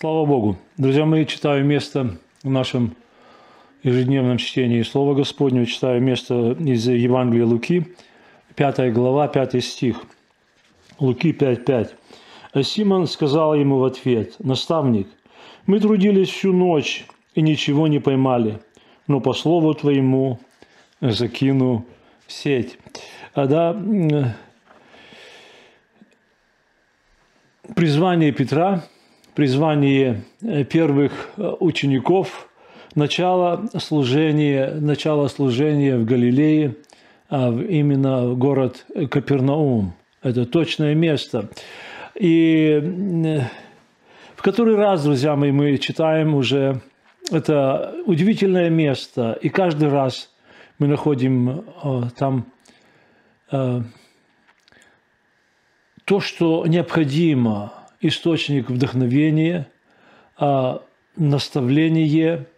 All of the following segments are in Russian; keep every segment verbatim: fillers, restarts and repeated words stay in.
Слава Богу. Друзья мои, читаю место в нашем ежедневном чтении Слова Господнего, читаю место из Евангелия Луки, пятая глава, пятый стих. Луки пять пять. А Симон сказал ему в ответ: «Наставник, мы трудились всю ночь и ничего не поймали, но по слову Твоему закину сеть». А да, призвание Петра, призвание первых учеников, начало служения, начало служения в Галилее, именно в город Капернаум. Это точное место. И в который раз, друзья мои, мы читаем уже это удивительное место, и каждый раз мы находим там то, что необходимо: источник вдохновения, наставление,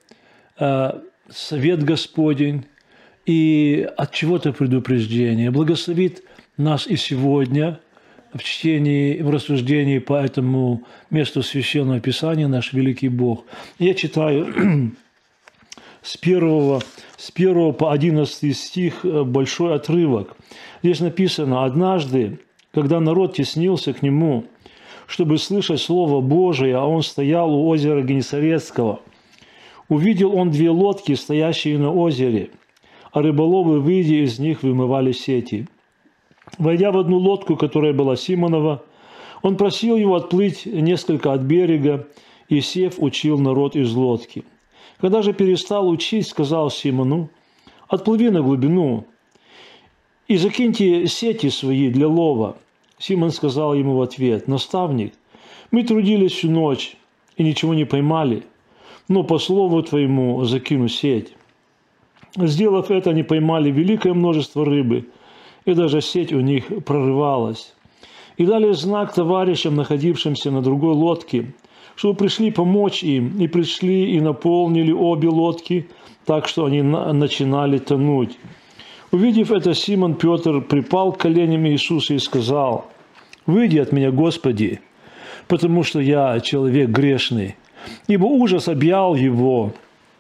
совет Господень и от чего-то предупреждение. Благословит нас и сегодня в чтении, в рассуждении по этому месту Священного Писания наш великий Бог. Я читаю с первого, с первого по одиннадцатый стих большой отрывок. Здесь написано: «Однажды, когда народ теснился к нему, чтобы слышать Слово Божие, а он стоял у озера Генесаретского, увидел он две лодки, стоящие на озере, а рыболовы, выйдя из них, вымывали сети. Войдя в одну лодку, которая была Симонова, он просил его отплыть несколько от берега, и, сев, учил народ из лодки. Когда же перестал учить, сказал Симону: «Отплыви на глубину и закиньте сети свои для лова». Симон сказал ему в ответ: «Наставник, мы трудились всю ночь и ничего не поймали, но по слову Твоему закину сеть». Сделав это, они поймали великое множество рыбы, и даже сеть у них прорывалась. И дали знак товарищам, находившимся на другой лодке, чтобы пришли помочь им, и пришли и наполнили обе лодки, так что они начинали тонуть. Увидев это, Симон Петр припал к коленям Иисуса и сказал: «Выйди от меня, Господи, потому что я человек грешный». Ибо ужас объял его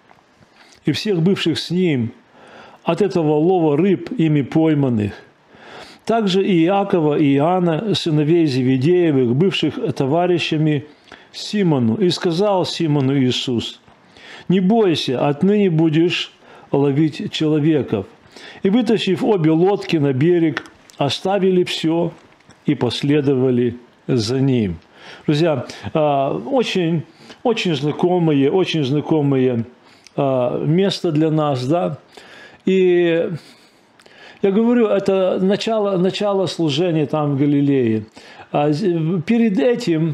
и всех бывших с ним от этого лова рыб, ими пойманных. Также и Иакова и Иоанна, сыновей Зеведеевых, бывших товарищами Симону. И сказал Симону Иисус: «Не бойся, отныне будешь ловить человеков». И, вытащив обе лодки на берег, оставили все и последовали за ним. Друзья, очень, очень знакомое, очень знакомое место для нас, да. И я говорю, это начало, начало служения там в Галилее. Перед этим,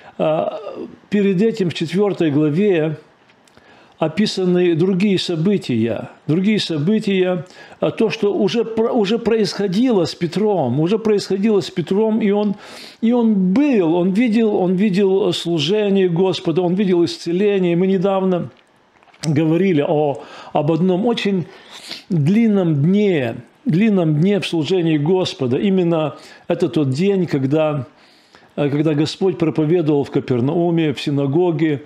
перед этим в четвёртой главе описаны другие события, другие события, то, что уже, уже происходило с Петром, уже происходило с Петром, и он, и он был, он видел, он видел служение Господа, он видел исцеление. Мы недавно говорили о, об одном очень длинном дне, длинном дне в служении Господа. Именно это тот день, когда, когда Господь проповедовал в Капернауме, в синагоге,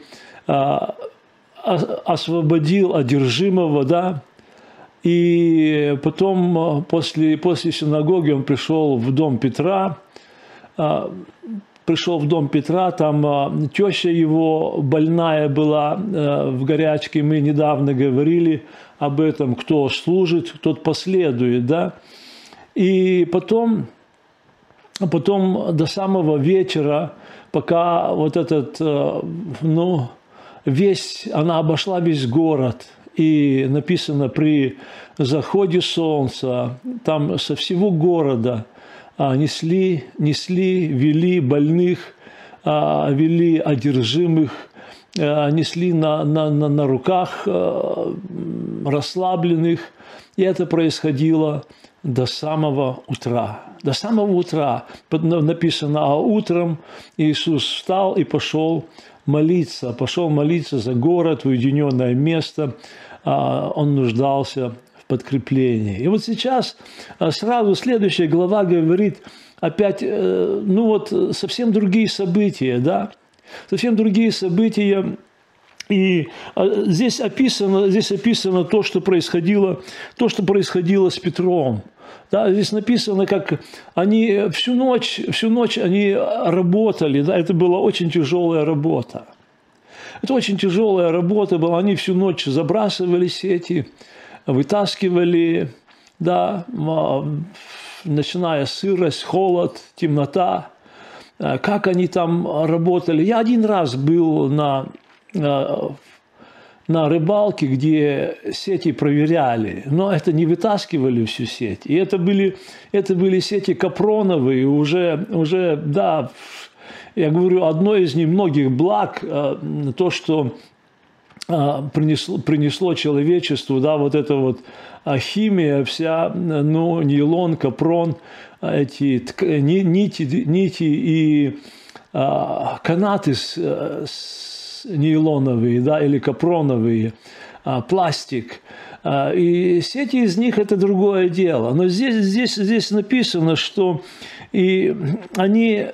освободил одержимого, да, и потом после, после синагоги он пришел в дом Петра, пришел в дом Петра, там теща его больная была в горячке, мы недавно говорили об этом: кто служит, тот последует, да, и потом, потом до самого вечера, пока вот этот, ну, Весь, она обошла весь город, и написано, при заходе солнца, там со всего города несли, несли, вели больных, вели одержимых, несли на, на, на, на руках расслабленных, и это происходило до самого утра. До самого утра написано: а утром Иисус встал и пошел молиться, пошел молиться за город, в уединенное место. Он нуждался в подкреплении. И вот сейчас сразу следующая глава говорит опять, ну вот, совсем другие события, да? совсем другие события. И здесь описано, здесь описано то, что происходило, то, что происходило с Петром. Да, здесь написано, как они всю ночь, всю ночь они работали. Да, это была очень тяжелая работа. Это очень тяжелая работа была. Они всю ночь забрасывали сети, вытаскивали, да, начиная сырость, холод, темнота. Как они там работали. Я один раз был на... на рыбалке, где сети проверяли, но это не вытаскивали всю сеть. И это были, это были сети капроновые, уже, уже, да, я говорю, одно из немногих благ, то, что принесло, принесло человечеству, да, вот эта вот химия вся, ну, нейлон, капрон, эти нити, нити и канаты с, с нейлоновые, да, или капроновые, пластик. И сети из них – это другое дело. Но здесь, здесь, здесь написано, что и они,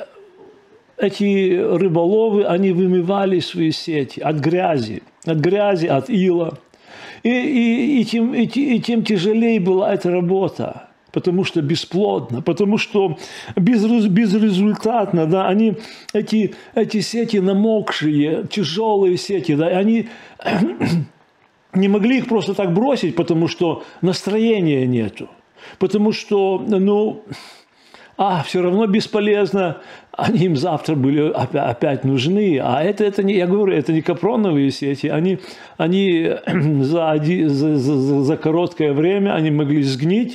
эти рыболовы, они вымывали свои сети от грязи, от грязи, от ила. И, и, и, тем, и, и тем тяжелее была эта работа. Потому что бесплодно, потому что без, безрезультатно, да, они, эти, эти сети намокшие, тяжелые сети, да, они не могли их просто так бросить, потому что настроения нету, потому что, ну, а, все равно бесполезно, они им завтра были опять, опять нужны, а это, это не, я говорю, это не капроновые сети, они, они за, за, за, за короткое время они могли сгнить,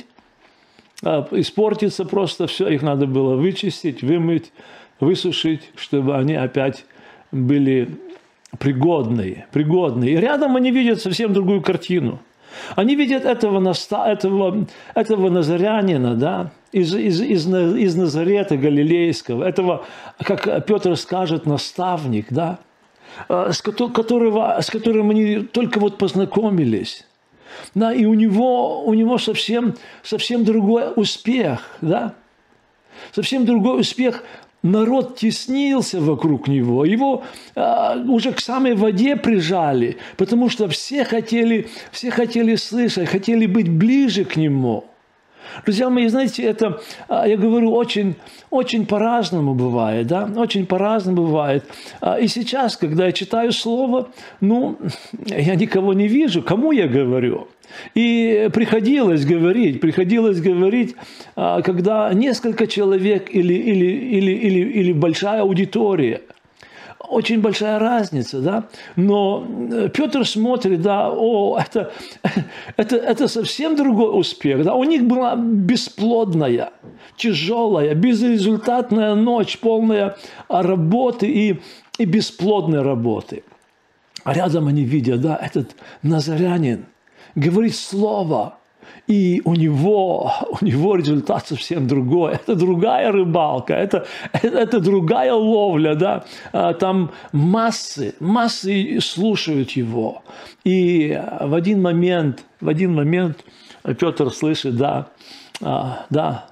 испортиться просто все, их надо было вычистить, вымыть, высушить, чтобы они опять были пригодные, пригодные. И рядом они видят совсем другую картину. Они видят этого, этого, этого назарянина, да, из, из, из, из Назарета Галилейского, этого, как Петр скажет, наставник, да, с, которого, с которым они только вот познакомились. Да, и у него, у него совсем, совсем другой успех, да? Совсем другой успех. Народ теснился вокруг него, его а, уже к самой воде прижали, потому что все хотели, все хотели слышать, хотели быть ближе к нему. Друзья мои, знаете, это, я говорю, очень, очень по-разному бывает, да, очень по-разному бывает. И сейчас, когда я читаю Слово, ну, я никого не вижу, кому я говорю. И приходилось говорить, приходилось говорить, когда несколько человек или, или, или, или, или большая аудитория. Очень большая разница, да, но Петр смотрит, да, о, это, это, это совсем другой успех, да, у них была бесплодная, тяжелая, безрезультатная ночь, полная работы и, и бесплодной работы. А рядом они видят, да, этот назарянин говорит слово, и у него, у него результат совсем другой. Это другая рыбалка, это, это, это другая ловля, да. Там массы, массы слушают его. И в один момент, в один момент Петр слышит, да, да,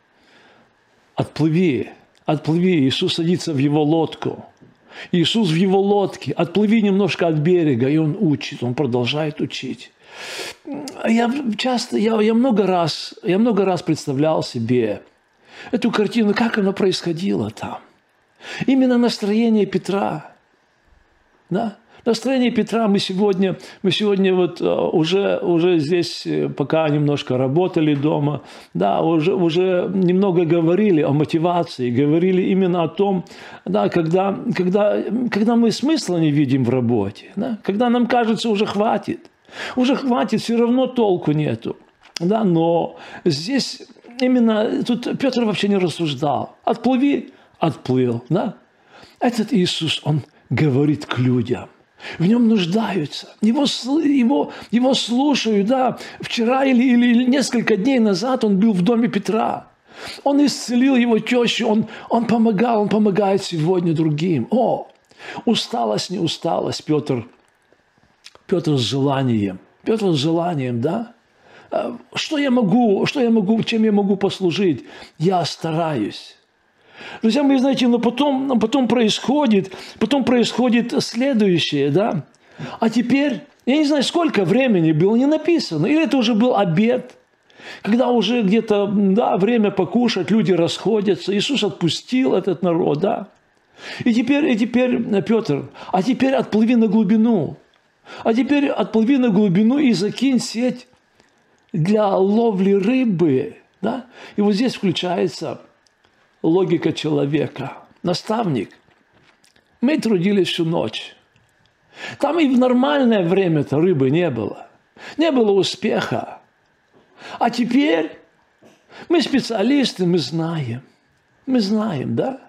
отплыви, отплыви. Иисус садится в его лодку. Иисус в его лодке, отплыви немножко от берега, и он учит, он продолжает учить. Я часто, я, я, много раз, я много раз представлял себе эту картину, как оно происходило там. Именно настроение Петра. Да? Настроение Петра мы сегодня, мы сегодня вот уже, уже здесь, пока немножко работали дома, да, уже, уже немного говорили о мотивации, говорили именно о том, да, когда, когда, когда мы смысла не видим в работе, да, когда нам кажется, уже хватит. Уже хватит, все равно толку нету. Да, но здесь именно, тут Петр вообще не рассуждал. Отплыви, отплыл. Да? Этот Иисус, он говорит к людям. В нем нуждаются. Его, его, его слушают. Да? Вчера или, или несколько дней назад он был в доме Петра. Он исцелил его тещу, он, он помогал, он помогает сегодня другим. О, усталость, не усталость, Петр. Петр с желанием. Петр с желанием, да? Что я могу, что я могу, чем я могу послужить? Я стараюсь. Друзья мои, знаете, но потом, но потом происходит, потом происходит следующее, да. А теперь, я не знаю, сколько времени было, не написано. Или это уже был обед, когда уже где-то, да, время покушать, люди расходятся. Иисус отпустил этот народ, да. И теперь, и теперь, Петр, а теперь отплыви на глубину. А теперь отплыви на глубину и закинь сеть для ловли рыбы, да. И вот здесь включается логика человека. Наставник, мы трудились всю ночь. Там и в нормальное время-то рыбы не было. Не было успеха. А теперь мы специалисты, мы знаем. Мы знаем, да?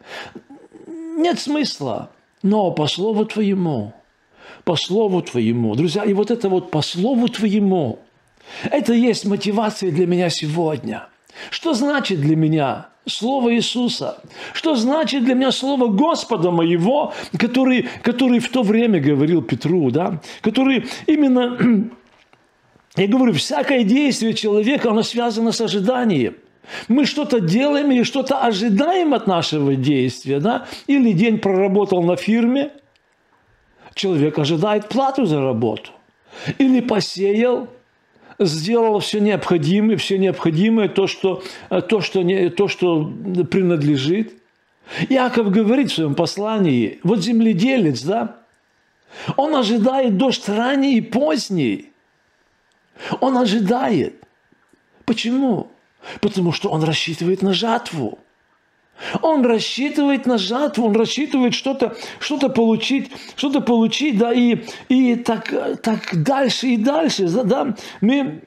Нет смысла. Но по слову Твоему, по слову Твоему, друзья, и вот это вот по слову Твоему, это есть мотивация для меня сегодня. Что значит для меня Слово Иисуса? Что значит для меня Слово Господа моего, который, который в то время говорил Петру, да? Который именно, я говорю, всякое действие человека, оно связано с ожиданием. Мы что-то делаем или что-то ожидаем от нашего действия, да? Или день проработал на фирме, человек ожидает плату за работу. Или посеял, сделал все необходимое, все необходимое, то, что, то, что, не, то, что принадлежит. Иаков говорит в своем послании, вот земледелец, да, он ожидает дождь ранний и поздний. Он ожидает. Почему? Потому что он рассчитывает на жатву. Он рассчитывает на жатву, он рассчитывает что-то что-то получить, что-то получить, да, и, и так, так дальше и дальше, да, мы,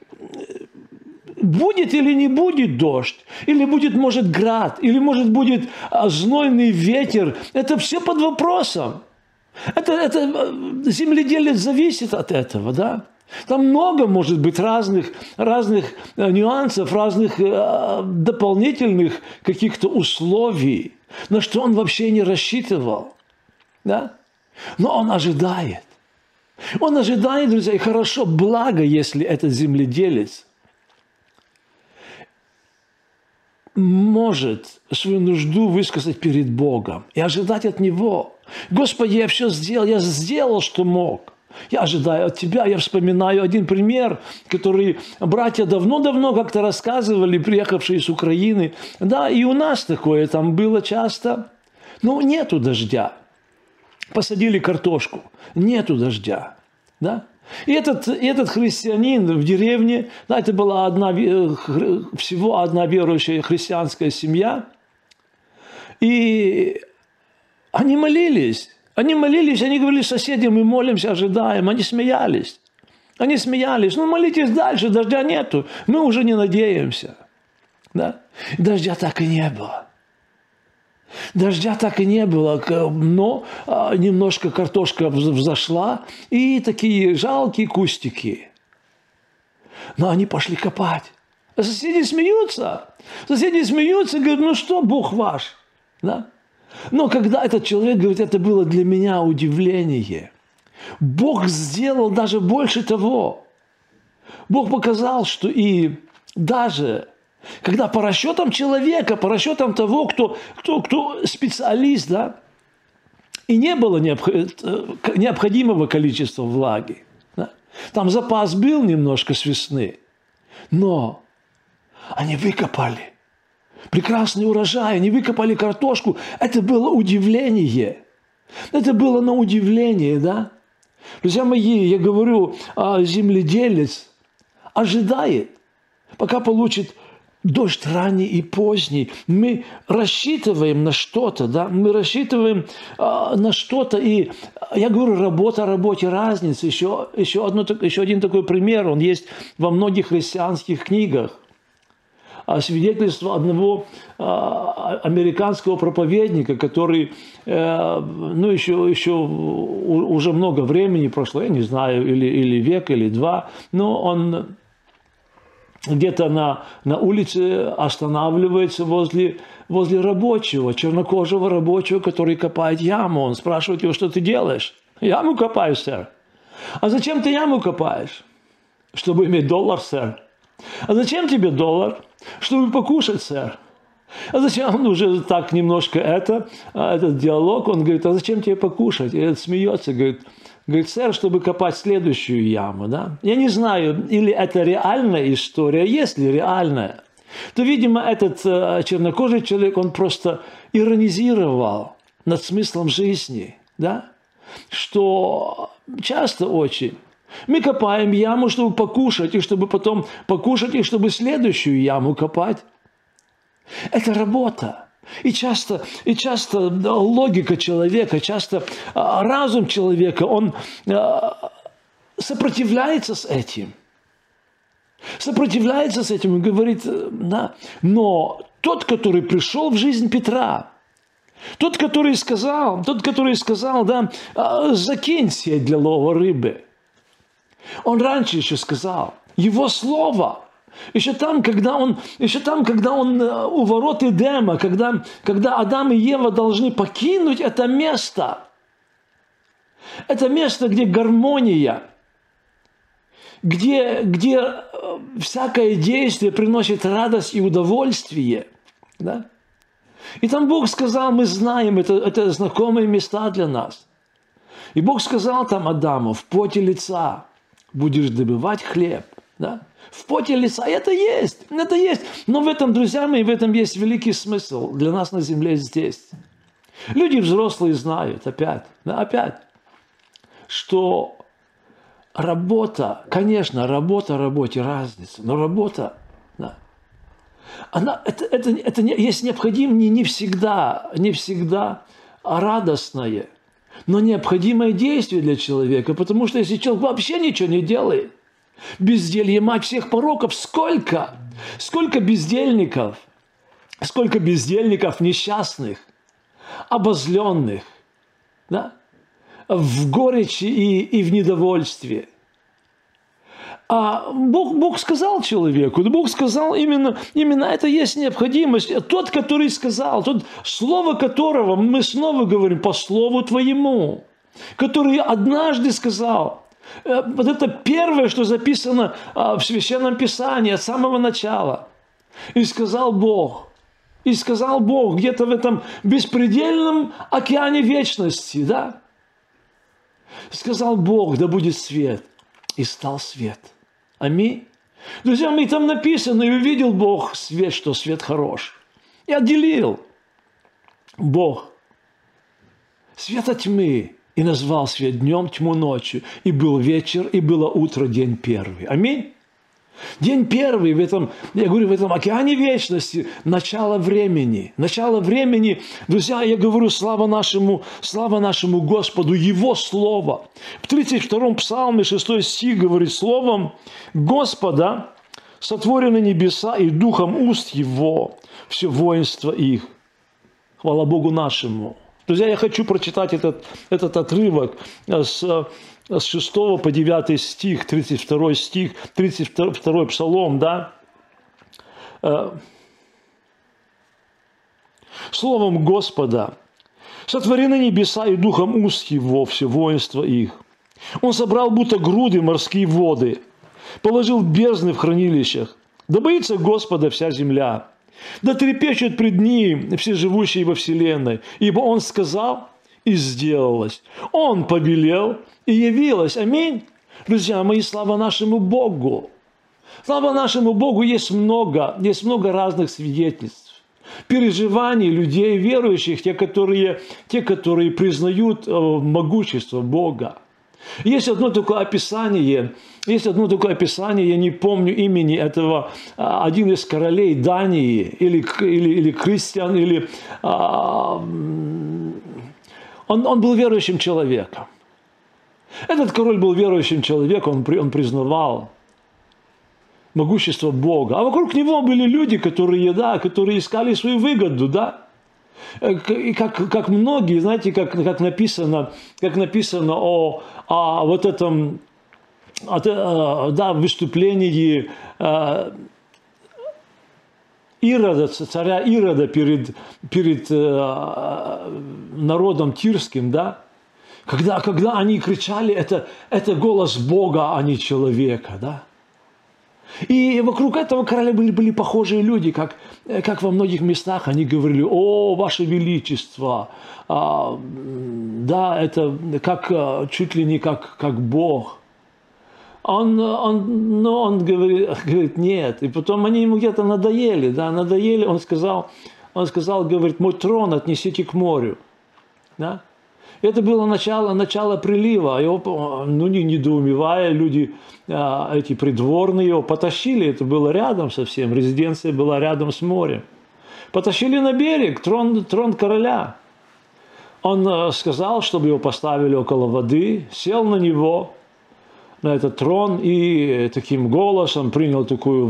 будет или не будет дождь, или будет, может, град, или, может, будет знойный ветер, это все под вопросом. Это, это земледелец зависит от этого, да. Там много, может быть, разных, разных нюансов, разных э, дополнительных каких-то условий, на что он вообще не рассчитывал. Да? Но он ожидает. Он ожидает, друзья, и хорошо, благо, если этот земледелец может свою нужду высказать перед Богом и ожидать от Него. Господи, я все сделал, я сделал, что мог. Я ожидаю от Тебя. Я вспоминаю один пример, который братья давно-давно как-то рассказывали, приехавшие с Украины. Да, и у нас такое там было часто. Но нету дождя. Посадили картошку. Нету дождя. Да? И этот, этот христианин в деревне, да, это была одна, всего одна верующая христианская семья. И они молились. Они молились, они говорили соседям, мы молимся, ожидаем. Они смеялись. Они смеялись. Ну, молитесь дальше, дождя нету. Мы уже не надеемся. Да? Дождя так и не было. Дождя так и не было, но немножко картошка взошла, и такие жалкие кустики. Но они пошли копать. А соседи смеются. Соседи смеются, говорят, ну что, Бог ваш. Да? Но когда этот человек говорит, это было для меня удивление. Бог сделал даже больше того. Бог показал, что и даже когда по расчетам человека, по расчетам того, кто, кто, кто специалист, да, и не было необходимого количества влаги. Да, там запас был немножко с весны, но они выкопали. Прекрасный урожай, они выкопали картошку. Это было удивление. Это было на удивление, да? Друзья мои, я говорю, земледелец ожидает, пока получит дождь ранний и поздний. Мы рассчитываем на что-то, да? Мы рассчитываем на что-то. И я говорю, работа, работе разница. Еще, еще, одно, еще один такой пример, он есть во многих христианских книгах. Свидетельство одного а, американского проповедника, который, э, ну, еще, еще уже много времени прошло, я не знаю, или, или век, или два, но он где-то на, на улице останавливается возле, возле рабочего, чернокожего рабочего, который копает яму. Он спрашивает его, что ты делаешь? Яму копаю, сэр. А зачем ты яму копаешь? Чтобы иметь доллар, сэр. А зачем тебе доллар? Чтобы покушать, сэр. А зачем он уже так немножко это, этот диалог, он говорит, а зачем тебе покушать? И этот смеется, говорит, говорит, сэр, чтобы копать следующую яму, да? Я не знаю, или это реальная история, если реальная, то, видимо, этот чернокожий человек, он просто иронизировал над смыслом жизни, да? Что часто очень мы копаем яму, чтобы покушать, и чтобы потом покушать, и чтобы следующую яму копать. Это работа. И часто, и часто логика человека, часто разум человека, он сопротивляется с этим. Сопротивляется с этим и говорит, да. Но тот, который пришел в жизнь Петра, тот, который сказал, тот, который сказал, да, закинь сеть для лова рыбы. Он раньше еще сказал, его слово. Еще там, когда он, еще там, когда он у ворот Эдема, когда, когда Адам и Ева должны покинуть это место. Это место, где гармония, где, где всякое действие приносит радость и удовольствие. Да? И там Бог сказал, мы знаем, это, это знакомые места для нас. И Бог сказал там Адаму, в поте лица будешь добывать хлеб. Да? В поте лица. Это есть, это есть. Но в этом, друзья мои, в этом есть великий смысл для нас на земле здесь. Люди взрослые знают, опять, да, опять, что работа, конечно, работа работе разница, но работа, да, она, это, это, это не, есть необходимо не, не всегда, не всегда радостное, но необходимое действие для человека, потому что если человек вообще ничего не делает, безделье мать всех пороков. Сколько? Сколько бездельников? Сколько бездельников несчастных, обозленных, да? В горечи и, и в недовольстве. А Бог, Бог сказал человеку, Бог сказал именно, именно это есть необходимость. Тот, который сказал, тот, слово которого мы снова говорим по слову твоему, который однажды сказал. Вот это первое, что записано в Священном Писании от самого начала. И сказал Бог, и сказал Бог где-то в этом беспредельном океане вечности, да? Сказал Бог, да будет свет, и стал свет. Аминь. Друзья мои, там написано, и увидел Бог свет, что свет хорош. И отделил Бог свет от тьмы. И назвал свет днем, тьму ночью. И был вечер, и было утро, день первый. Аминь. День первый в этом, я говорю, в этом океане вечности, начало времени. Начало времени, друзья, я говорю, слава нашему, слава нашему Господу, Его Слово. В тридцать втором псалме, шестой стих говорит, словом Господа сотворены небеса, и духом уст Его все воинство их. Хвала Богу нашему. Друзья, я хочу прочитать этот, этот отрывок с, с шестого по девятый стих, тридцать второй стих, тридцать второй псалом, да. Словом Господа сотворены небеса, и духом уст Его все воинство их. Он собрал будто груды морские воды, положил бездны в хранилищах. Да боится Господа вся земля. Да трепещут пред Ним все живущие во вселенной, ибо Он сказал, и сделалось. Он повелел, и явилось. Аминь. Друзья мои, слава нашему Богу. Слава нашему Богу, есть много, есть много разных свидетельств, переживаний людей, верующих, те, которые, те, которые признают могущество Бога. Есть одно такое описание, есть одно такое описание, я не помню имени этого, один из королей Дании, или, или, или Кристиан, или... А, он, он был верующим человеком. Этот король был верующим человеком, он, он признавал могущество Бога. А вокруг него были люди, которые, да, которые искали свою выгоду, да. И как, как многие, знаете, как, как написано, как написано о, о вот этом о, да, выступлении Ирода, царя Ирода перед, перед народом тирским, да, когда, когда они кричали, это, это голос Бога, а не человека, да. И вокруг этого короля были, были похожие люди, как, как во многих местах они говорили: «О, Ваше Величество, а, да, это как, чуть ли не как, как Бог». Он, он, но он говорит, говорит: «Нет». И потом они ему где-то надоели, да, надоели. Он сказал, он сказал, говорит: «Мой трон отнесите к морю». Да? Это было начало, начало прилива. Его, ну, не недоумевая, люди, а, эти придворные, его потащили. Это было рядом совсем. Резиденция была рядом с морем. Потащили на берег, трон, трон короля. Он а, сказал, чтобы его поставили около воды, сел на него, на этот трон, и таким голосом принял такую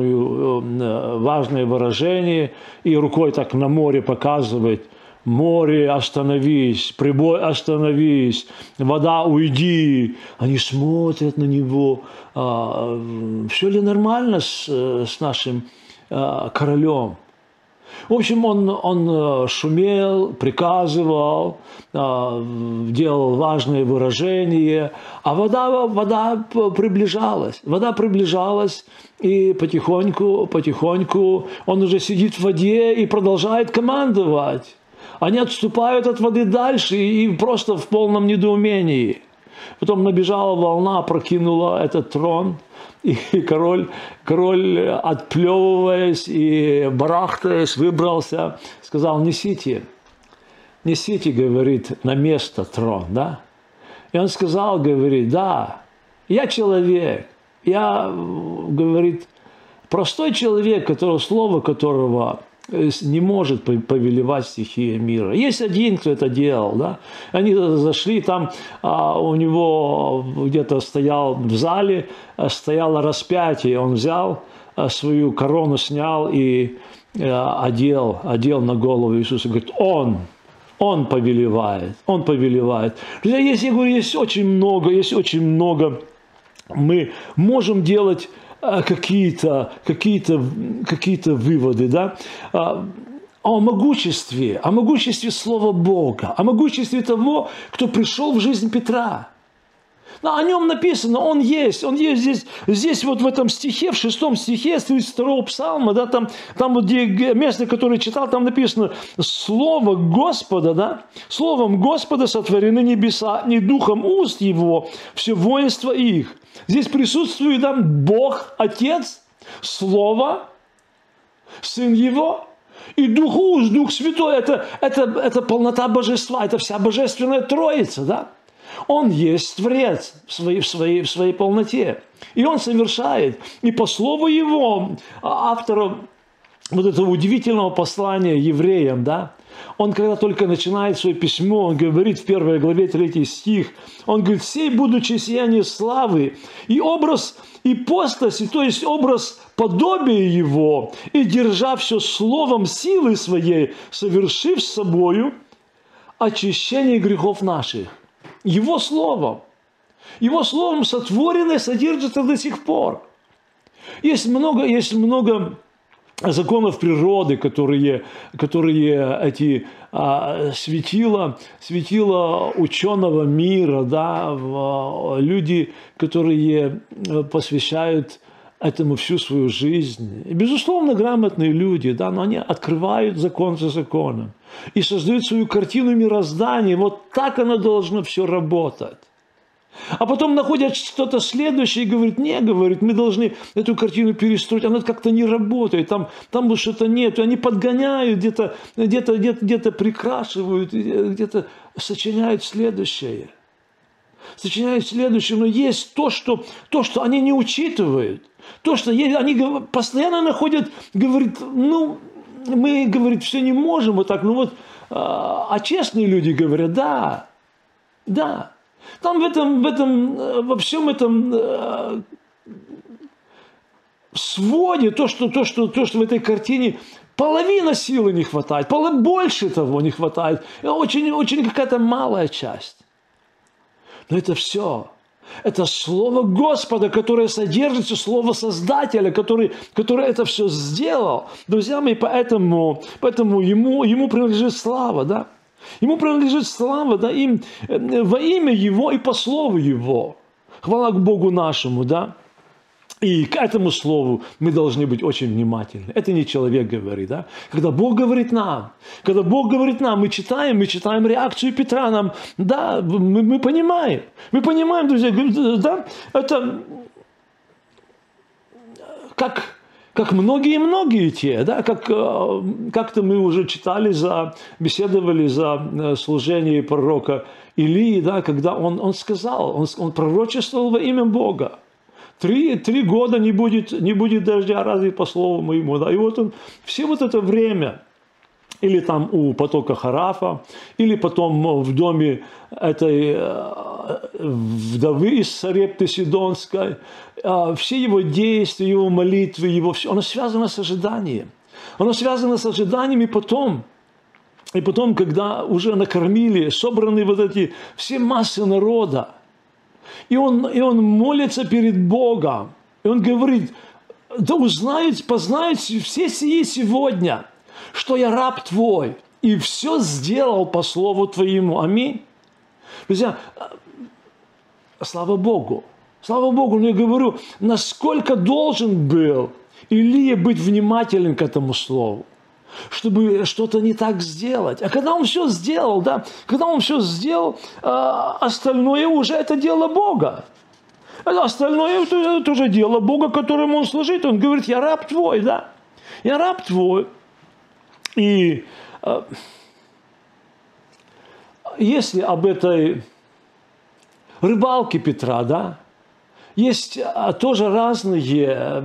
важную, важное выражение, и рукой так на море показывает: «Море, остановись, прибой, остановись, вода, уйди». Они смотрят на него. А, все ли нормально с, с нашим а, королем? В общем, он, он шумел, приказывал, а, делал важные выражения, а вода, вода приближалась. Вода приближалась, и потихоньку, потихоньку он уже сидит в воде и продолжает командовать. Они отступают от воды дальше и просто в полном недоумении. Потом набежала волна, опрокинула этот трон, и король, король, отплевываясь и барахтаясь, выбрался, сказал: «Несите, несите, говорит, на место трон». Да? И он сказал, говорит: «Да, я человек, я, говорит, простой человек, которого, слово которого не может повелевать стихия мира. Есть один, кто это делал». Да? Они зашли, там а, у него где-то стоял в зале, стояло распятие. Он взял а, свою корону, снял и а, одел, одел на голову Иисуса. Говорит: «Он, Он повелевает, Он повелевает». Друзья, есть, я говорю, есть очень много, есть очень много. Мы можем делать какие-то какие-то какие-то выводы, да, о могуществе, о могуществе Слова Бога, о могуществе того, кто пришел в жизнь Петра. Да, о нем написано, он есть, он есть здесь, здесь вот в этом стихе, в шестом стихе, с тридцать второго псалма, да, там, там вот где место, которое читал, там написано: «Слово Господа, да, словом Господа сотворены небеса, не духом уст его, все воинство их». Здесь присутствует там Бог, Отец, Слово, Сын Его и Дух уст, Дух Святой. Это, это, это полнота Божества, это вся Божественная Троица, да. Он есть Творец в своей, в, своей, в своей полноте. И Он совершает. И по слову Его, автора вот этого удивительного послания евреям, да, он, когда только начинает свое письмо, он говорит в первой главе, третий стих, он говорит: «Сей, будучи сияние славы, и образ ипостаси, то есть образ подобия Его, и держа все словом силы своей, совершив с собою очищение грехов наших». Его словом. Его словом сотворенное содержится до сих пор. Есть много, есть много законов природы, которые, которые эти а, светила, светила ученого мира, да, люди, которые посвящают этому всю свою жизнь. И, безусловно, грамотные люди, да, но они открывают закон за законом и создают свою картину мироздания. Вот так оно должно все работать. А потом находят что-то следующее и говорят: «Не, говорит, мы должны эту картину перестроить, она как-то не работает, там, там вот что-то нет». И они подгоняют, где-то где-то, где-то, где-то прикрашивают, где-то сочиняют следующее. Сочиняют следующее, но есть то, что, то, что они не учитывают. То, что есть, они постоянно находят, говорит, ну, мы, говорит, все не можем вот так, ну вот, а честные люди говорят: да, да. Там в этом, в этом, во всем этом своде, то что, то, что, то, что в этой картине половина силы не хватает, больше того не хватает, очень, очень какая-то малая часть. Но это все. Это Слово Господа, которое содержится, Слово Создателя, который, который это все сделал. Друзья мои, поэтому, поэтому ему, ему принадлежит слава, да? Ему принадлежит слава, да, им, во имя Его и по слову Его. Хвала к Богу нашему, да? И к этому слову мы должны быть очень внимательны. Это не человек говорит, да? Когда Бог говорит нам, когда Бог говорит нам, мы читаем, мы читаем реакцию Петра, нам, да, мы, мы понимаем, мы понимаем, друзья, да, это как, как многие-многие те, да, как как-то мы уже читали, за, беседовали за служение пророка Илии, да, когда он, он сказал, он, он пророчествовал во имя Бога. Три, три года не будет, не будет дождя, разве по слову моему. Да? И вот он все вот это время, или там у потока Харафа, или потом в доме этой вдовы из Сарепты Сидонской, все его действия, его молитвы, его все, оно связано с ожиданием. Оно связано с ожиданием, и потом, и потом, когда уже накормили, собраны вот эти все массы народа, И он, и он молится перед Богом. И он говорит, да узнают, познают все сии сегодня, что я раб твой, и все сделал по слову твоему. Аминь. Друзья, слава Богу. Слава Богу, но я говорю, насколько должен был Илия быть внимателен к этому слову, чтобы что-то не так сделать. А когда он все сделал, да, когда он все сделал, остальное уже это дело Бога. Остальное это, это уже дело Бога, которому он служит. Он говорит, я раб твой, да. Я раб твой. И если об этой рыбалке Петра, да, есть тоже разные,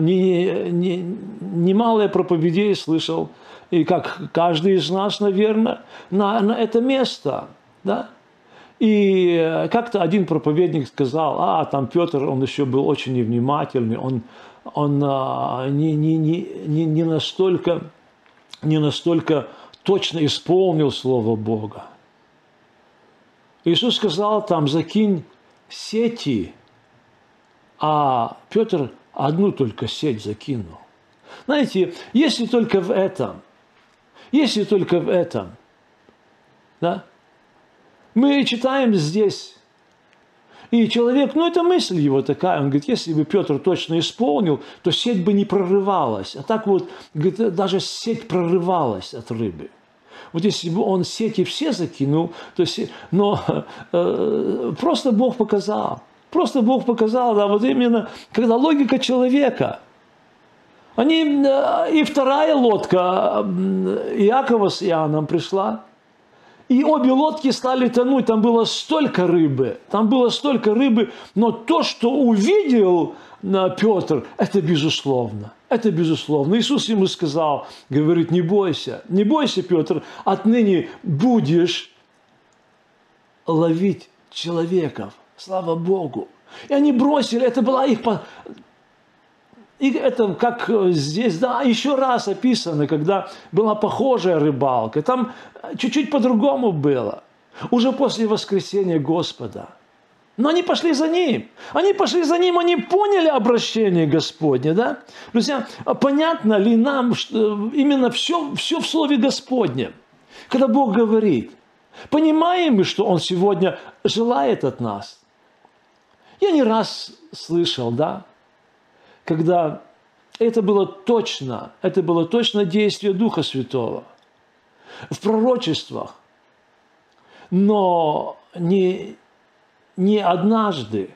немалые проповедей слышал, и как каждый из нас, наверное, на, на это место. Да? И как-то один проповедник сказал, а, там Петр, он еще был очень невнимательный, он, он не, не, не, не, настолько, не настолько точно исполнил Слово Бога. Иисус сказал там, закинь сети, а Петр одну только сеть закинул. Знаете, если только в этом, если только в этом, да, мы читаем здесь, и человек, ну это мысль его такая, он говорит, если бы Петр точно исполнил, то сеть бы не прорывалась. А так вот, говорит, даже сеть прорывалась от рыбы. Вот если бы он сети все закинул, то сеть, но э, просто Бог показал. Просто Бог показал, да, вот именно, когда логика человека. Они, и вторая лодка Иакова с Иоанном пришла, и обе лодки стали тонуть, там было столько рыбы, там было столько рыбы, но то, что увидел Петр, это безусловно, это безусловно. Иисус ему сказал, говорит, не бойся, не бойся, Петр, отныне будешь ловить человеков. Слава Богу. И они бросили, это была их... И это как здесь, да, еще раз описано, когда была похожая рыбалка. Там чуть-чуть по-другому было. Уже после воскресения Господа. Но они пошли за Ним. Они пошли за Ним, они поняли обращение Господне, да? Друзья, понятно ли нам что именно все, все в Слове Господнем? Когда Бог говорит, понимаем мы, что Он сегодня желает от нас? Я не раз слышал, да, когда это было точно, это было точно действие Духа Святого в пророчествах, но не, не однажды,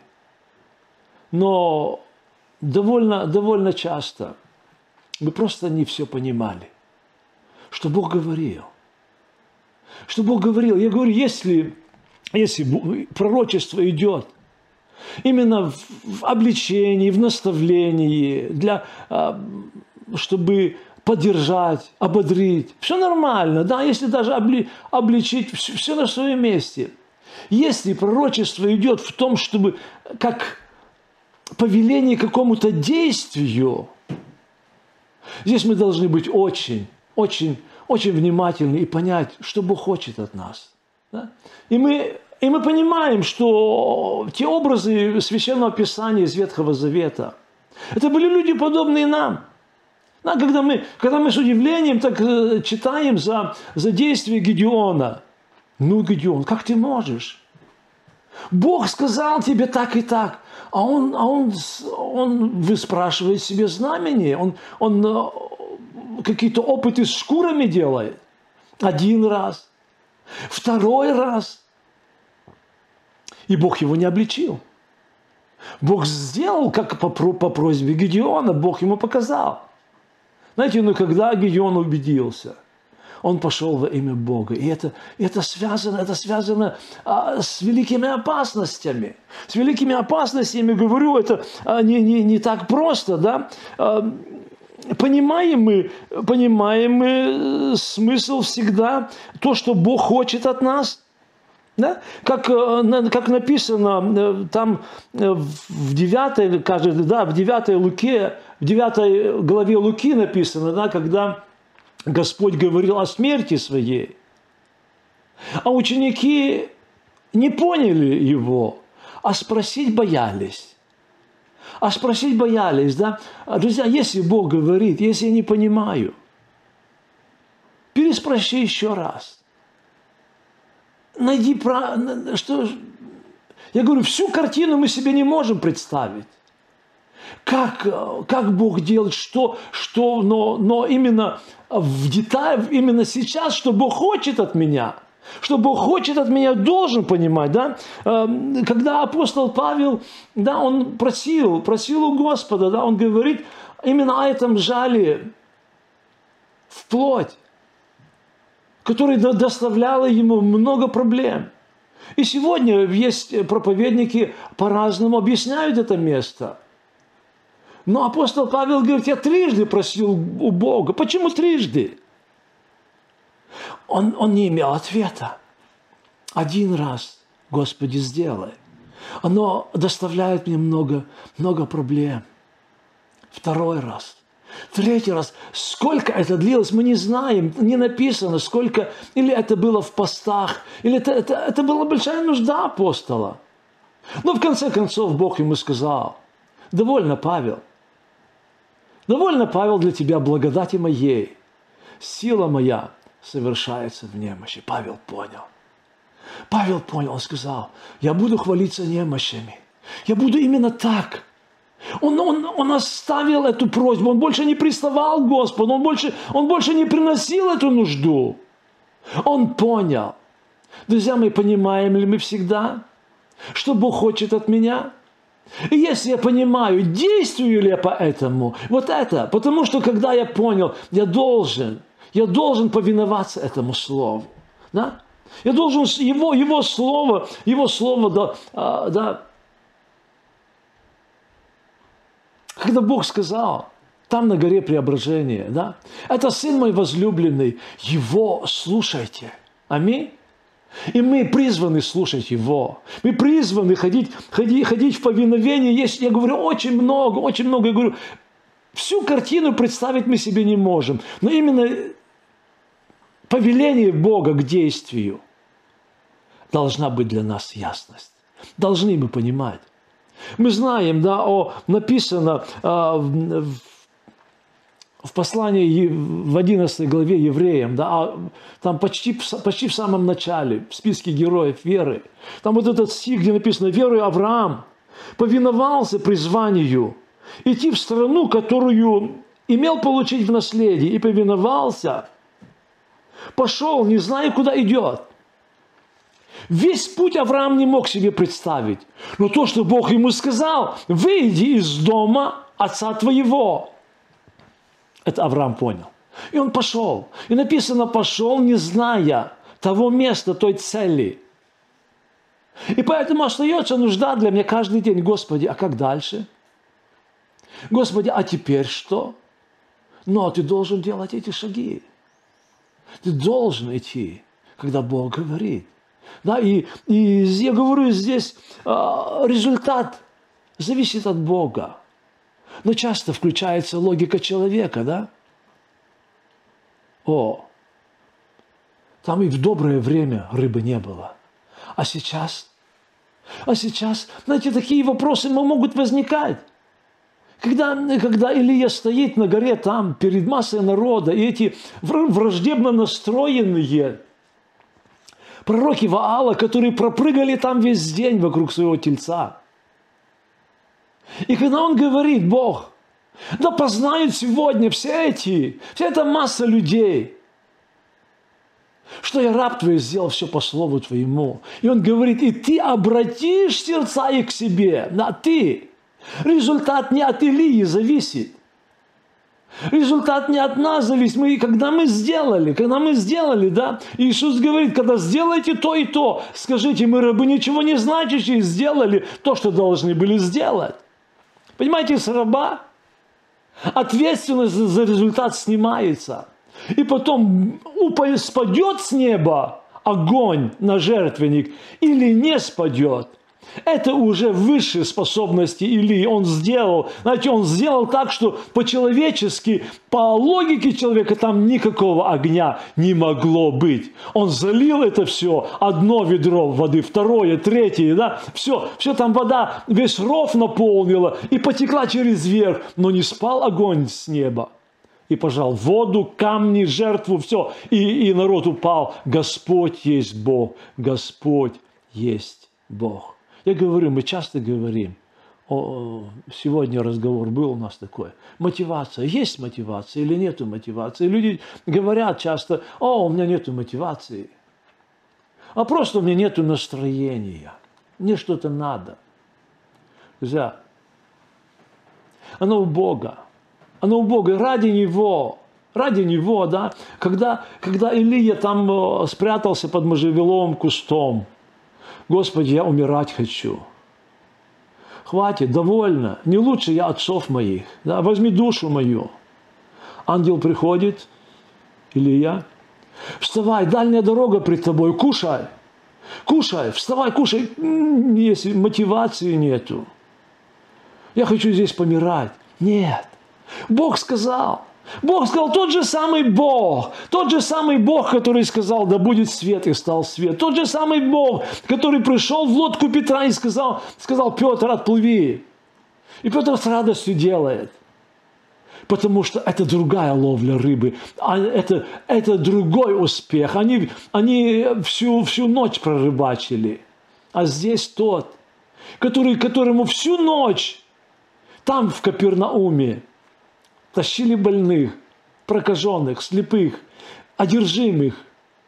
но довольно, довольно часто мы просто не все понимали, что Бог говорил. Что Бог говорил. Я говорю, если, если пророчество идет, именно в обличении, в наставлении, для, чтобы поддержать, ободрить. Все нормально, да, если даже обли, обличить, все на своем месте. Если пророчество идет в том, чтобы как повеление к какому-то действию, здесь мы должны быть очень, очень, очень внимательны и понять, что Бог хочет от нас. Да? И мы... И мы понимаем, что те образы Священного Писания из Ветхого Завета, это были люди, подобные нам. Да, когда, мы, когда мы с удивлением так читаем за, за действия Гедеона. Ну, Гедеон, как ты можешь? Бог сказал тебе так и так. А он, а он, он выспрашивает себе знамение. Он, он какие-то опыты с шкурами делает. Один раз. Второй раз. И Бог его не обличил. Бог сделал, как по, по просьбе Гедеона, Бог ему показал. Знаете, ну когда Гедеон убедился, он пошел во имя Бога. И это, это связано, это связано а, с великими опасностями. С великими опасностями, говорю, это а, не, не, не так просто, да. А, понимаем мы, понимаем мы смысл всегда, то, что Бог хочет от нас. Да? Как, как написано там в девятой, кажется, да, в девятой Луке, в девятой главе Луки написано, да, когда Господь говорил о смерти своей, а ученики не поняли его, а спросить боялись. А спросить боялись, да? Друзья, если Бог говорит, если я не понимаю, переспроси еще раз. Найди, что... Я говорю, всю картину мы себе не можем представить. Как, как Бог делает, что, что но, но именно в деталях, именно сейчас, что Бог хочет от меня, что Бог хочет от меня, должен понимать, да? Когда апостол Павел, да, он просил, просил у Господа, да, он говорит именно о этом жале вплоть, которое доставляло ему много проблем. И сегодня есть проповедники по-разному объясняют это место. Но апостол Павел говорит, я трижды просил у Бога. Почему трижды? Он, он не имел ответа. Один раз, Господи, сделай. Оно доставляет мне много, много проблем. Второй раз. Третий раз. Сколько это длилось, мы не знаем. Не написано, сколько. Или это было в постах. Или это, это, это была большая нужда апостола. Но в конце концов Бог ему сказал, довольно, Павел. Довольно, Павел, для тебя благодати моей. Сила моя совершается в немощи. Павел понял. Павел понял, он сказал, я буду хвалиться немощами. Я буду именно так. Он, он, он оставил эту просьбу, он больше не приставал к Господу, он больше, он больше не приносил эту нужду. Он понял. Друзья, мы понимаем ли мы всегда, что Бог хочет от меня? И если я понимаю, действую ли я по этому, вот это, потому что когда я понял, я должен, я должен повиноваться этому слову, да? Я должен его, его слово, его слово, да, да. Когда Бог сказал, там на горе Преображения, да, это Сын мой возлюбленный, Его слушайте. Аминь. И мы призваны слушать Его. Мы призваны ходить, ходить, ходить в повиновении. Есть, я говорю, очень много, очень много. Я говорю, всю картину представить мы себе не можем. Но именно повеление Бога к действию должна быть для нас ясность. Должны мы понимать. Мы знаем, да, о, написано а, в, в послании в одиннадцатой главе Евреям, да, а, там почти, почти в самом начале, в списке героев веры, там вот этот стих, где написано, верою Авраам повиновался призванию идти в страну, которую имел получить в наследие, и повиновался, пошел, не зная, куда идет. Весь путь Авраам не мог себе представить. Но то, что Бог ему сказал, выйди из дома отца твоего. Это Авраам понял. И он пошел. И написано, пошел, не зная того места, той цели. И поэтому остается нужда для меня каждый день. Господи, а как дальше? Господи, а теперь что? Но ты должен делать эти шаги. Ты должен идти, когда Бог говорит. Да, и, и я говорю, здесь а, результат зависит от Бога. Но часто включается логика человека, да? О, там и в доброе время рыбы не было. А сейчас? А сейчас, знаете, такие вопросы могут возникать. Когда, когда Илия стоит на горе там, перед массой народа, и эти враждебно настроенные Пророки Ваала, которые пропрыгали там весь день вокруг своего тельца. И когда он говорит, Бог, да познают сегодня все эти, вся эта масса людей, что я раб твой сделал все по слову твоему. И он говорит, и ты обратишь сердца их к себе. Да, ты. Результат не от Илии зависит. Результат не от нас зависит. Мы, когда мы сделали, когда мы сделали, да, Иисус говорит, когда сделаете то и то, скажите, мы рабы ничего не значащие сделали то, что должны были сделать. Понимаете, с раба ответственность за результат снимается. И потом спадет с неба огонь на жертвенник или не спадет. Это уже высшие способности Илии. Он сделал, знаете, он сделал так, что по-человечески, по логике человека там никакого огня не могло быть. Он залил это все, одно ведро воды, второе, третье, да, все, все там вода, весь ров наполнила и потекла через верх, но не спал огонь с неба. И пожал воду, камни, жертву, все, и, и народ упал. Господь есть Бог, Господь есть Бог. Я говорю, мы часто говорим, о, сегодня разговор был у нас такой, мотивация, есть мотивация или нету мотивации. Люди говорят часто, о, у меня нету мотивации, а просто у меня нету настроения, мне что-то надо. Друзья, оно у Бога, оно у Бога, ради Него, ради Него, да, когда, когда Илия там спрятался под можжевеловым кустом, Господи, я умирать хочу. Хватит, довольно. Не лучше я отцов моих. Да? Возьми душу мою. Ангел приходит. Илия. Вставай, дальняя дорога пред тобой. Кушай. Кушай. Вставай, кушай. Если мотивации нету. Я хочу здесь помирать. Нет. Бог сказал. Бог сказал, тот же самый Бог, тот же самый Бог, который сказал, да будет свет, и стал свет. Тот же самый Бог, который пришел в лодку Петра и сказал, сказал, Петр, отплыви. И Петр с радостью делает. Потому что это другая ловля рыбы, а это, это другой успех. Они, они всю, всю ночь прорыбачили. А здесь тот, который, которому всю ночь там в Капернауме тащили больных, прокаженных, слепых, одержимых.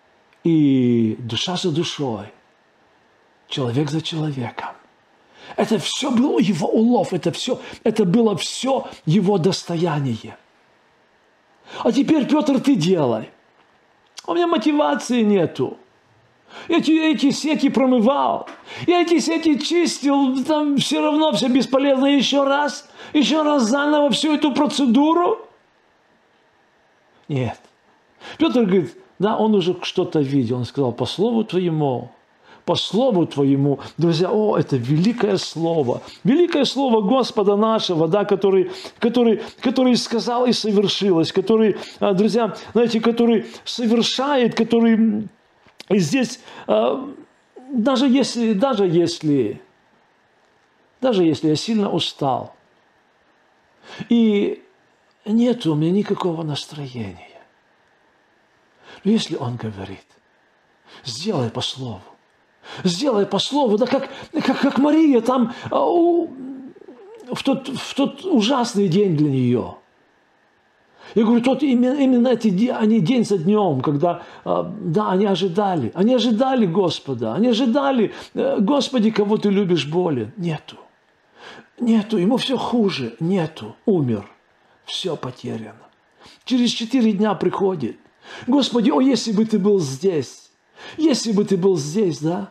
И душа за душой, человек за человеком. Это все был его улов, это, все, это было все его достояние. А теперь, Петр, ты делай. У меня мотивации нету. Эти, эти сети промывал, я эти сети чистил, там все равно все бесполезно. Еще раз, еще раз заново всю эту процедуру. Нет. Петр говорит, да, он уже что-то видел. Он сказал, по слову твоему, по слову твоему. Друзья, о, это великое слово. Великое слово Господа нашего, да, который, который, который сказал и совершилось. Который, друзья, знаете, который совершает, который... И здесь, даже если, даже если, даже если я сильно устал, и нет у меня никакого настроения, но если он говорит, сделай по слову, сделай по слову, да как, как, как Мария там в тот, в тот ужасный день для нее. Я говорю, тот, именно, именно эти они день за днем, когда, да, они ожидали, они ожидали Господа, они ожидали, Господи, кого ты любишь более. Нету, нету, ему все хуже, нету, умер, все потеряно. Через четыре дня приходит, Господи, о, если бы ты был здесь, если бы ты был здесь, да,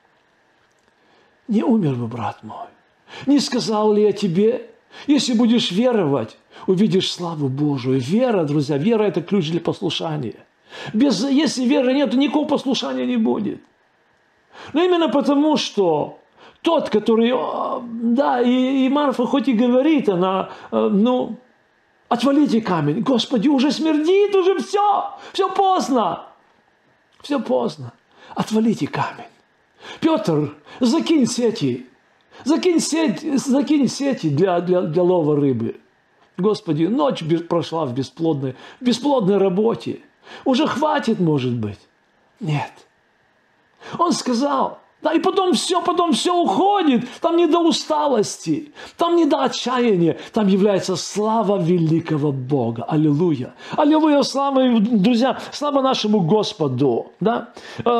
не умер бы, брат мой, не сказал ли я тебе, если будешь веровать, увидишь славу Божию. Вера, друзья, вера – это ключ для послушания. Без, если веры нет, то никакого послушания не будет. Но именно потому, что тот, который, да, и, и Марфа хоть и говорит, она, ну, отвалите камень. Господи, уже смердит, уже все, все поздно. Все поздно. Отвалите камень. Петр, закинь сети. Закинь сети, закинь сети для, для, для лова рыбы. Господи, ночь прошла в бесплодной, в бесплодной работе. Уже хватит, может быть. Нет. Он сказал, да, и потом все, потом все уходит. Там не до усталости, там не до отчаяния. Там является слава великого Бога. Аллилуйя. Аллилуйя, слава, друзья, слава нашему Господу. Да?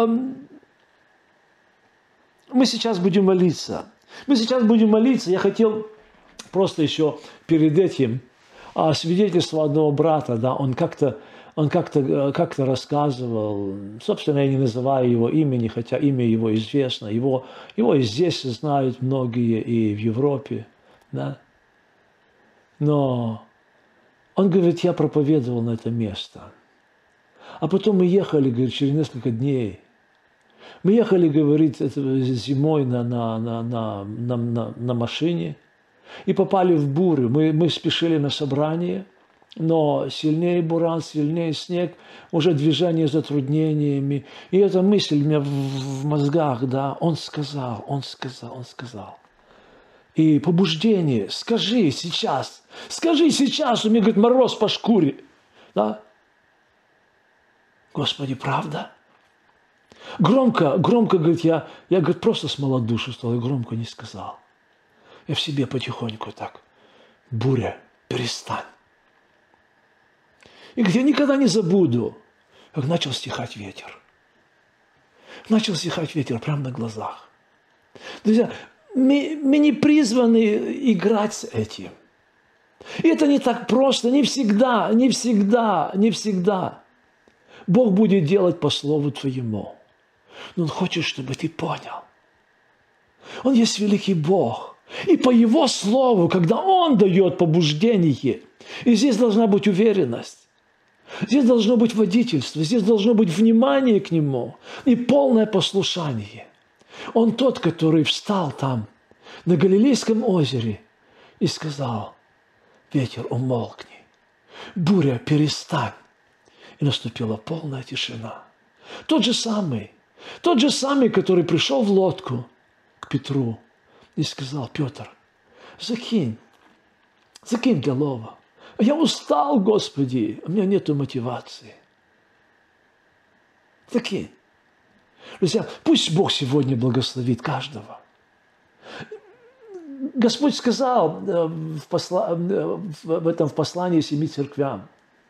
Мы сейчас будем молиться. Мы сейчас будем молиться. Я хотел просто еще перед этим свидетельство одного брата, да, он как-то он как-то как-то рассказывал, собственно, я не называю его имени, хотя имя его известно, его, его и здесь знают многие, и в Европе, да. Но он говорит, я проповедовал на это место. А потом мы ехали, говорит, через несколько дней. Мы ехали, говорит, зимой на, на, на, на, на, на, на машине и попали в бурю. Мы, мы спешили на собрание, но сильнее буран, сильнее снег, уже движение с затруднениями. И эта мысль у меня в, в мозгах, да, он сказал, он сказал, он сказал. И побуждение, скажи сейчас, скажи сейчас, у меня, говорит, мороз по шкуре. Да? Господи, правда? Громко, громко, говорит, я, я, говорит, просто смолодушествовал и громко не сказал. Я в себе потихоньку так, буря, перестань. И говорит, я никогда не забуду, как начал стихать ветер. Начал стихать ветер прямо на глазах. Друзья, мы, мы не призваны играть с этим. И это не так просто, не всегда, не всегда, не всегда. Бог будет делать по слову твоему. Но Он хочет, чтобы ты понял. Он есть великий Бог. И по Его слову, когда Он дает побуждение, и здесь должна быть уверенность, здесь должно быть водительство, здесь должно быть внимание к Нему и полное послушание. Он тот, который встал там, на Галилейском озере, и сказал, ветер, умолкни, буря, перестань. И наступила полная тишина. Тот же самый, тот же самый, который пришел в лодку к Петру и сказал, Петр, закинь, закинь для лова. Я устал, Господи, у меня нету мотивации. Закинь. Друзья, пусть Бог сегодня благословит каждого. Господь сказал в, посла... в этом в послании семи церквям,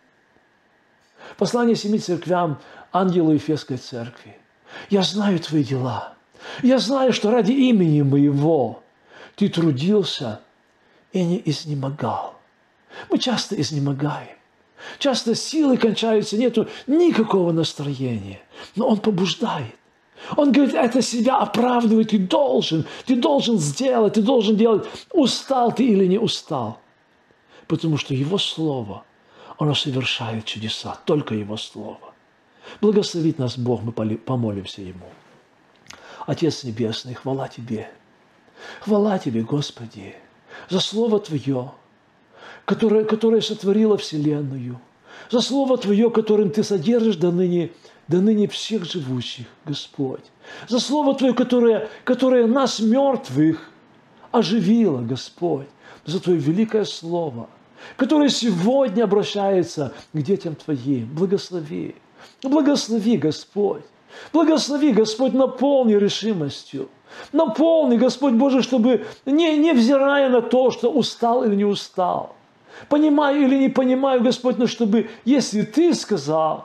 послание семи церквям ангелу Ефесской церкви. Я знаю твои дела. Я знаю, что ради имени моего ты трудился и не изнемогал. Мы часто изнемогаем. Часто силы кончаются, нету никакого настроения. Но Он побуждает. Он говорит, это себя оправдывает. Ты должен, ты должен сделать, ты должен делать. Устал ты или не устал. Потому что Его Слово, оно совершает чудеса. Только Его Слово. Благословит нас Бог, мы помолимся Ему. Отец Небесный, хвала Тебе. Хвала Тебе, Господи, за Слово Твое, которое, которое сотворило Вселенную. За Слово Твое, которым Ты содержишь до ныне, до ныне всех живущих, Господь. За Слово Твое, которое, которое нас, мертвых, оживило, Господь. За Твое великое Слово, которое сегодня обращается к детям Твоим. Благослови. Благослови, Господь. Благослови, Господь, наполни решимостью. Наполни, Господь Боже, чтобы, не, не взирая на то, что устал или не устал, понимаю или не понимаю, Господь, но чтобы, если Ты сказал,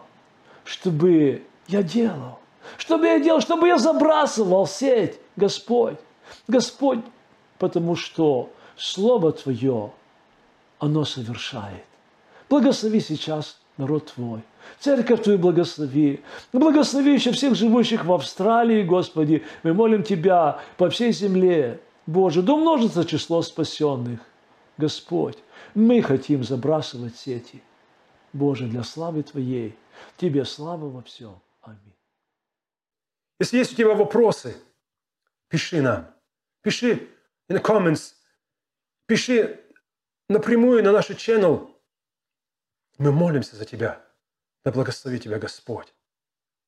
чтобы я делал, чтобы я делал, чтобы я забрасывал сеть, Господь. Господь, потому что Слово Твое, оно совершает. Благослови сейчас народ Твой. Церковь Твою благослови. Благослови еще всех живущих в Австралии, Господи. Мы молим Тебя по всей земле. Боже, да умножится число спасенных. Господь, мы хотим забрасывать сети. Боже, для славы Твоей. Тебе слава во всем. Аминь. Если есть у тебя вопросы, пиши нам. Пиши in the comments. Пиши напрямую на наш channel. Мы молимся за тебя. Да благослови тебя Господь.